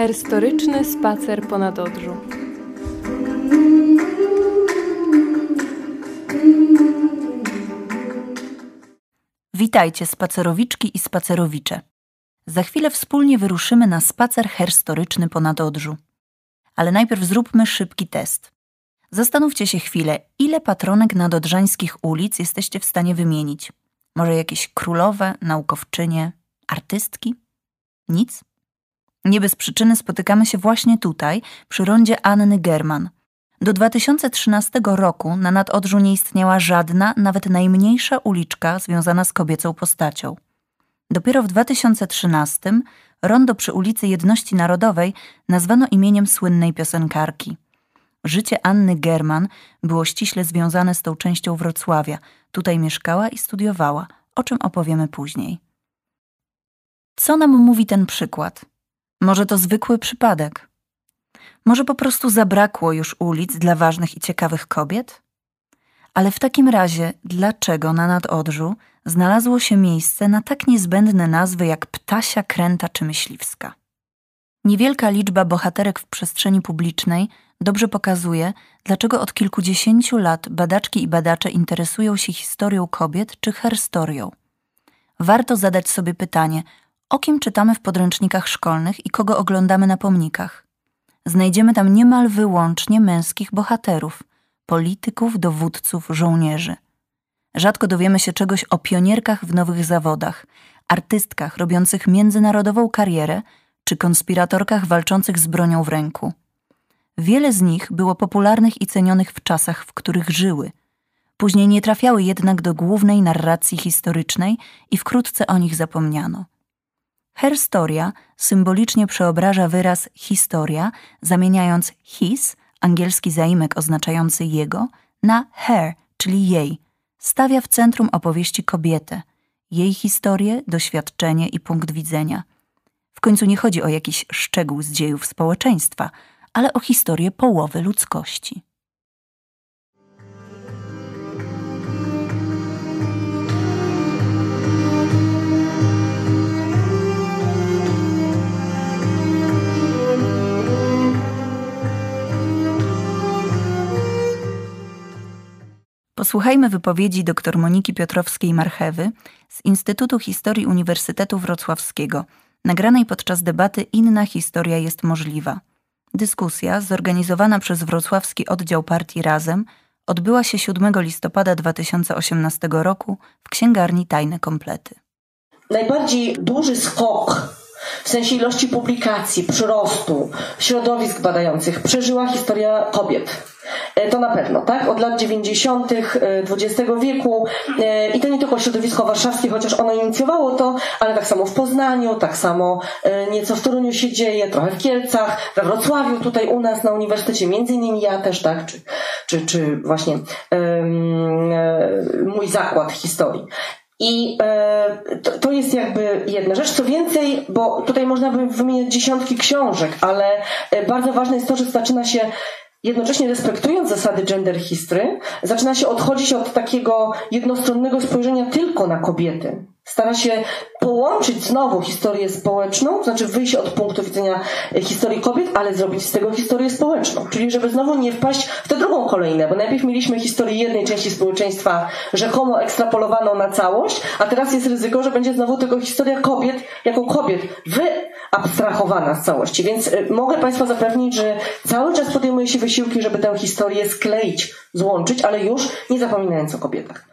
Herstoryczny spacer po Nadodrzu. Witajcie, spacerowiczki i spacerowicze. Za chwilę wspólnie wyruszymy na spacer herstoryczny po Nadodrzu. Ale najpierw zróbmy szybki test. Zastanówcie się chwilę, ile patronek nadodrzańskich ulic jesteście w stanie wymienić. Może jakieś królowe, naukowczynie, artystki? Nic? Nie bez przyczyny spotykamy się właśnie tutaj, przy rondzie Anny German. Do 2013 roku na Nadodrzu nie istniała żadna, nawet najmniejsza uliczka związana z kobiecą postacią. Dopiero w 2013 rondo przy ulicy Jedności Narodowej nazwano imieniem słynnej piosenkarki. Życie Anny German było ściśle związane z tą częścią Wrocławia. Tutaj mieszkała i studiowała, o czym opowiemy później. Co nam mówi ten przykład? Może to zwykły przypadek? Może po prostu zabrakło już ulic dla ważnych i ciekawych kobiet? Ale w takim razie, dlaczego na Nadodrzu znalazło się miejsce na tak niezbędne nazwy jak Ptasia, Kręta czy Myśliwska? Niewielka liczba bohaterek w przestrzeni publicznej dobrze pokazuje, dlaczego od kilkudziesięciu lat badaczki i badacze interesują się historią kobiet czy herstorią. Warto zadać sobie pytanie, o kim czytamy w podręcznikach szkolnych i kogo oglądamy na pomnikach. Znajdziemy tam niemal wyłącznie męskich bohaterów, polityków, dowódców, żołnierzy. Rzadko dowiemy się czegoś o pionierkach w nowych zawodach, artystkach robiących międzynarodową karierę czy konspiratorkach walczących z bronią w ręku. Wiele z nich było popularnych i cenionych w czasach, w których żyły. Później nie trafiały jednak do głównej narracji historycznej i wkrótce o nich zapomniano. Herstoria symbolicznie przeobraża wyraz historia, zamieniając his, angielski zaimek oznaczający jego, na her, czyli jej. Stawia w centrum opowieści kobietę, jej historię, doświadczenie i punkt widzenia. W końcu nie chodzi o jakiś szczegół z dziejów społeczeństwa, ale o historię połowy ludzkości. Posłuchajmy wypowiedzi dr Moniki Piotrowskiej-Marchewy z Instytutu Historii Uniwersytetu Wrocławskiego, nagranej podczas debaty Inna historia jest możliwa. Dyskusja, zorganizowana przez wrocławski oddział partii Razem, odbyła się 7 listopada 2018 roku w księgarni Tajne Komplety. Najbardziej duży skok w sensie ilości publikacji, przyrostu, środowisk badających przeżyła historia kobiet. To na pewno, tak? Od lat 90. XX wieku i to nie tylko środowisko warszawskie, chociaż ono inicjowało to, ale tak samo w Poznaniu, tak samo nieco w Toruniu się dzieje, trochę w Kielcach, we Wrocławiu, tutaj u nas na uniwersytecie, między innymi ja też, tak? Czy właśnie mój zakład historii. I to jest jakby jedna rzecz. Co więcej, bo tutaj można by wymieniać dziesiątki książek, ale bardzo ważne jest to, że zaczyna się, jednocześnie respektując zasady gender history, zaczyna się odchodzić od takiego jednostronnego spojrzenia tylko na kobiety. Stara się połączyć znowu historię społeczną, znaczy wyjść od punktu widzenia historii kobiet, ale zrobić z tego historię społeczną. Czyli żeby znowu nie wpaść w tę drugą kolejnę, bo najpierw mieliśmy historię jednej części społeczeństwa rzekomo ekstrapolowaną na całość, a teraz jest ryzyko, że będzie znowu tylko historia kobiet jako kobiet wyabstrahowana z całości. Więc mogę Państwa zapewnić, że cały czas podejmuje się wysiłki, żeby tę historię skleić, złączyć, ale już nie zapominając o kobietach.